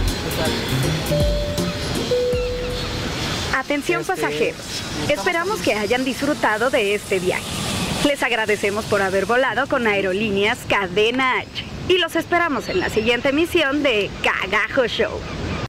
Atención pasajeros, esperamos que hayan disfrutado de este viaje. Les agradecemos por haber volado con Aerolíneas Cadena H. Y los esperamos en la siguiente emisión de Cagajo Show.